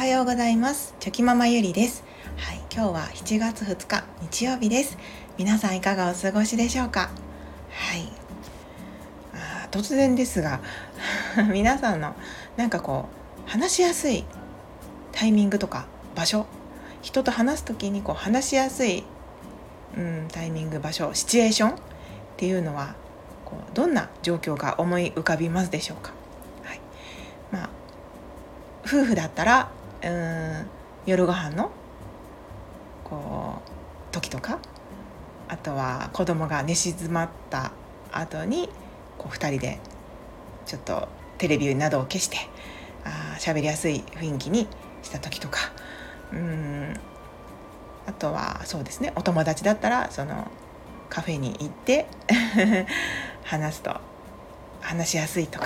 はようございます。チョキママゆりです。今日は7月2日日曜日です。皆さんいかがお過ごしでしょうか。突然ですが皆さんの話しやすいタイミングとか場所、人と話すときに話しやすい、タイミング、場所、シチュエーションっていうのはどんな状況が思い浮かびますでしょうか。夫婦だったら夜ご飯の時とか、あとは子供が寝静まった後に2人でちょっとテレビなどを消して喋りやすい雰囲気にした時とか、あとはそうですね、お友達だったらそのカフェに行って話すと話しやすいとか、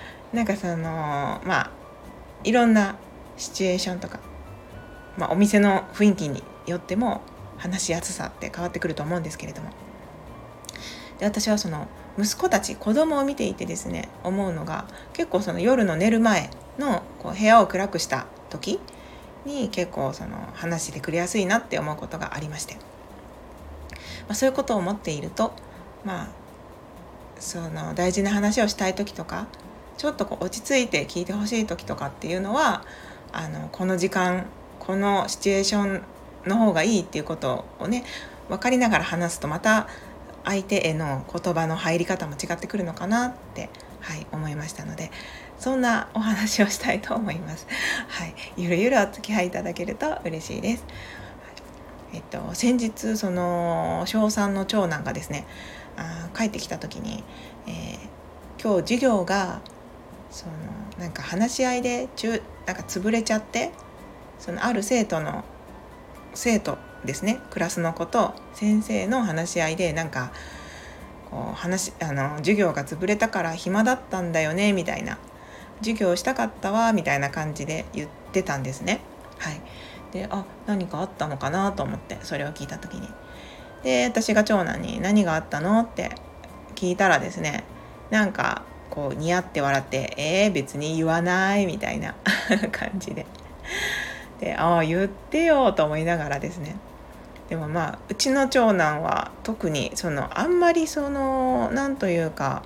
いろんなシチュエーションとか、お店の雰囲気によっても話しやすさって変わってくると思うんですけれども、で私はその息子たち、子供を見ていてですね、思うのが結構その夜の寝る前の部屋を暗くした時に結構その話してくれやすいなって思うことがありまして、そういうことを思っていると、その大事な話をしたい時とか、ちょっと落ち着いて聞いてほしい時とかっていうのはこの時間、このシチュエーションの方がいいっていうことをね、分かりながら話すと、また相手への言葉の入り方も違ってくるのかなって、思いましたので、そんなお話をしたいと思います。ゆるゆるお付き合いいただけると嬉しいです。先日その小3の長男がですね、帰ってきた時に、今日授業がその話し合いで潰れちゃって、そのある生徒ですね、クラスの子と先生の話し合いで授業が潰れたから暇だったんだよねみたいな、授業したかったわみたいな感じで言ってたんですね。で何かあったのかなと思って、それを聞いた時に、で私が長男に何があったのって聞いたらですね、ニヤって笑って別に言わないみたいな感じで言ってよと思いながらですね、でもうちの長男は特にあんまりなんというか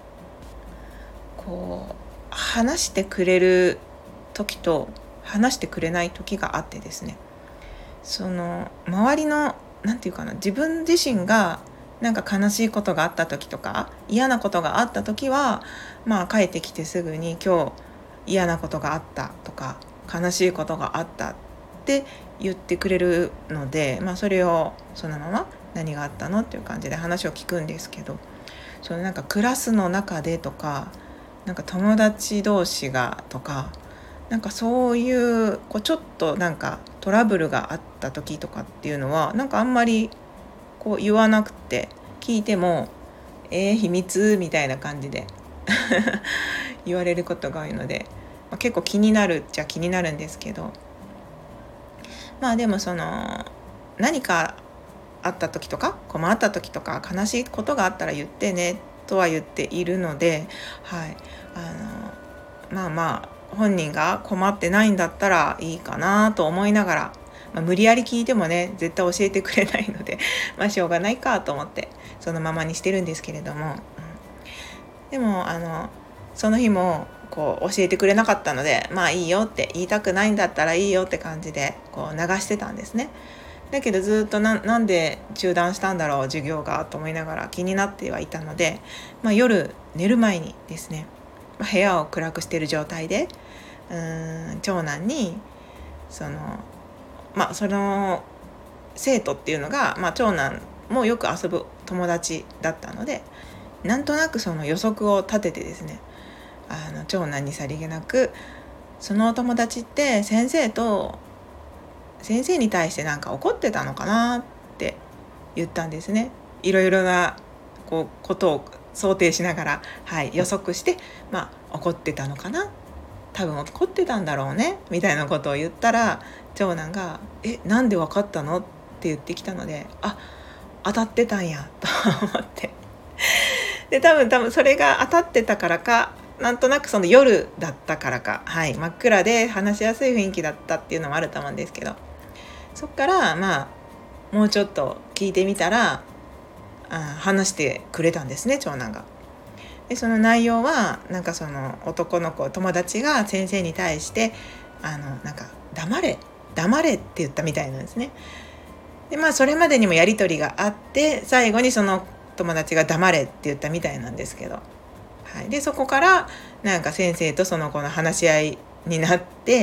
話してくれる時と話してくれない時があってですね、周りの自分自身が悲しいことがあった時とか嫌なことがあった時は帰ってきてすぐに今日嫌なことがあったとか悲しいことがあったって言ってくれるので、それをそのまま何があったのっていう感じで話を聞くんですけど、クラスの中でとか友達同士がとかそういうちょっとトラブルがあった時とかっていうのはあんまり言わなくて、聞いても秘密みたいな感じで言われることが多いので、結構気になるっちゃ気になるんですけど、でも何かあった時とか困った時とか悲しいことがあったら言ってねとは言っているので、本人が困ってないんだったらいいかなと思いながら、無理やり聞いてもね絶対教えてくれないのでしょうがないかと思ってそのままにしてるんですけれども、でもその日も教えてくれなかったので、いいよって言いたくないんだったらいいよって感じで流してたんですね。だけどずっとなんで中断したんだろう授業がと思いながら気になってはいたので、夜寝る前にですね、部屋を暗くしている状態で長男にその生徒っていうのが、長男もよく遊ぶ友達だったので、なんとなくその予測を立ててですね、長男にさりげなく、そのお友達って先生に対して怒ってたのかなって言ったんですね。いろいろなことを想定しながら、予測して、怒ってたのかな、多分怒ってたんだろうねみたいなことを言ったら、長男がなんで分かったのって言ってきたので、当たってたんやと思って、で多分それが当たってたからかなんとなくその夜だったからか、はい、真っ暗で話しやすい雰囲気だったっていうのもあると思うんですけど、そっからもうちょっと聞いてみたら話してくれたんですね、長男が。でその内容はなんかその男の子友達が先生に対してなんか黙れって言ったみたいなんですね。でそれまでにもやり取りがあって、最後にその友達が黙れって言ったみたいなんですけど、はい、でそこからなんか先生とその子の話し合いになって、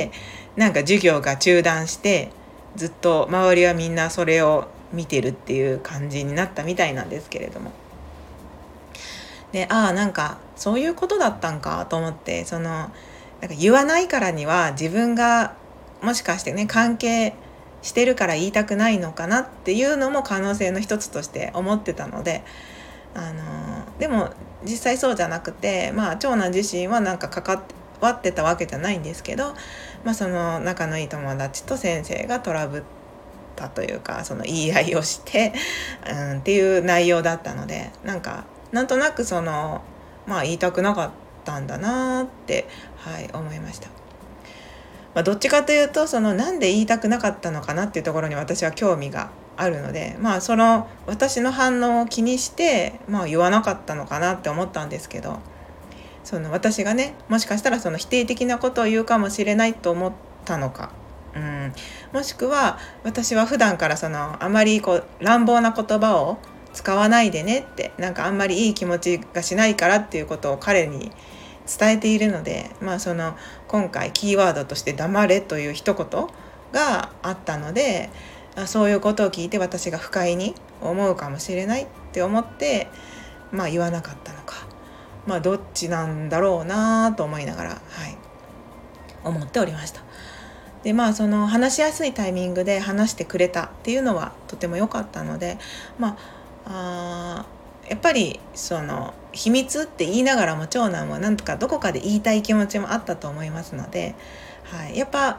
なんか授業が中断して、ずっと周りはみんなそれを見てるっていう感じになったみたいなんですけれども、でなんかそういうことだったんかと思って、なんか言わないからには自分がもしかしてね関係してるから言いたくないのかなっていうのも可能性の一つとして思ってたので、でも実際そうじゃなくて、長男自身はなんか関わってたわけじゃないんですけど、その仲のいい友達と先生がトラブったというか、その言い合いをして、っていう内容だったので、なんとなく言いたくなかったんだなって、思いました。どっちかというとなんで言いたくなかったのかなっていうところに私は興味があるので、その私の反応を気にして、言わなかったのかなって思ったんですけど、私がねもしかしたら否定的なことを言うかもしれないと思ったのか、もしくは私は普段からあまり乱暴な言葉を使わないでねって、あんまりいい気持ちがしないからっていうことを彼に伝えているので、今回キーワードとして黙れという一言があったので、そういうことを聞いて私が不快に思うかもしれないって思って、言わなかったのか、どっちなんだろうなと思いながら、思っておりました。で話しやすいタイミングで話してくれたっていうのはとても良かったので、やっぱり秘密って言いながらも長男はなんとかどこかで言いたい気持ちもあったと思いますので、やっぱ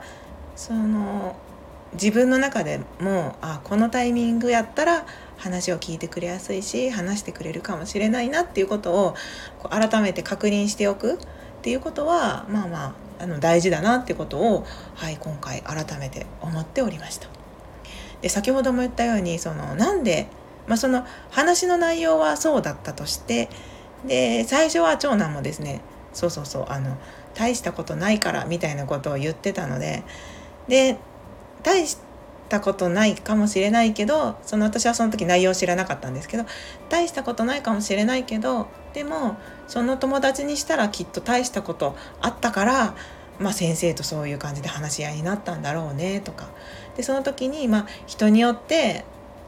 自分の中でもこのタイミングやったら話を聞いてくれやすいし話してくれるかもしれないなっていうことを改めて確認しておくっていうことは大事だなっていうことを、今回改めて思っておりました。で先ほども言ったようになんで、その話の内容はそうだったとして、で最初は長男もですね大したことないからみたいなことを言ってたので、大したことないかもしれないけど、私はその時内容を知らなかったんですけど、大したことないかもしれないけど、でもその友達にしたらきっと大したことあったから、先生とそういう感じで話し合いになったんだろうねとか、でその時に人によって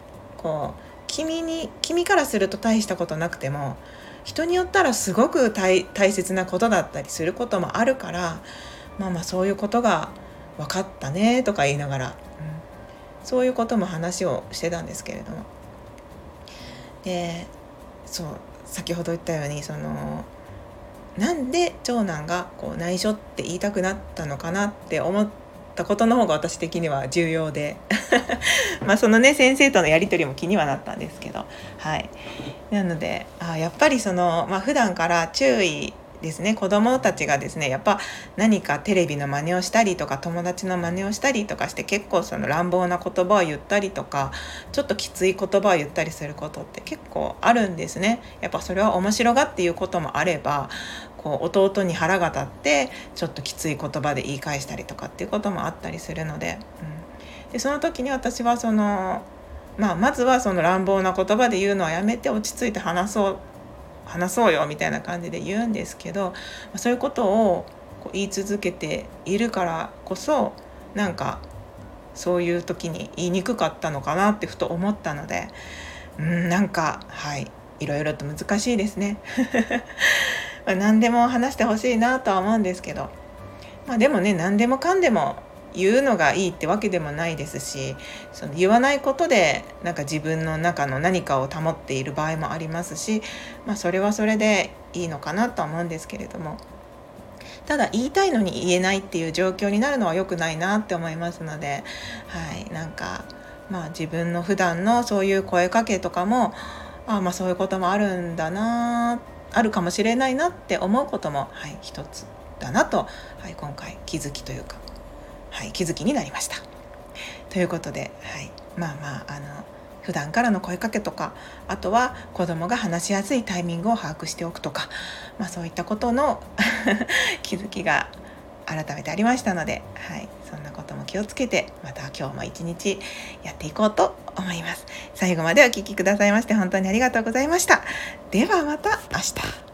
君からすると大したことなくても人によったらすごく大切なことだったりすることもあるから、そういうことが分かったねとか言いながら、そういうことも話をしてたんですけれども、で先ほど言ったようになんで長男が内緒って言いたくなったのかなって思ったことの方が私的には重要で先生とのやり取りも気にはなったんですけど、なのでやっぱり普段から注意ですね、子どもたちがですねやっぱ何かテレビの真似をしたりとか友達の真似をしたりとかして結構乱暴な言葉を言ったりとかちょっときつい言葉を言ったりすることって結構あるんですね。やっぱそれは面白がっていうこともあれば弟に腹が立ってちょっときつい言葉で言い返したりとかっていうこともあったりするので、でその時に私はまずは乱暴な言葉で言うのはやめて落ち着いて話そうよみたいな感じで言うんですけど、そういうことを言い続けているからこそそういう時に言いにくかったのかなってふと思ったので、いろいろと難しいですね何でも話してほしいなとは思うんですけど、でもね何でもかんでも言うのがいいってわけでもないですし、言わないことで自分の中の何かを保っている場合もありますし、それはそれでいいのかなとは思うんですけれども、ただ言いたいのに言えないっていう状況になるのは良くないなって思いますので、自分の普段のそういう声かけとかもそういうこともあるんだな、 あるかもしれないなって思うことも、一つだなと、今回気づきというか、気づきになりました。ということで、普段からの声かけとか、あとは子供が話しやすいタイミングを把握しておくとか、そういったことの気づきが改めてありましたので、そんなことも気をつけて、また今日も一日やっていこうと思います。最後までお聞きくださいまして本当にありがとうございました。ではまた明日。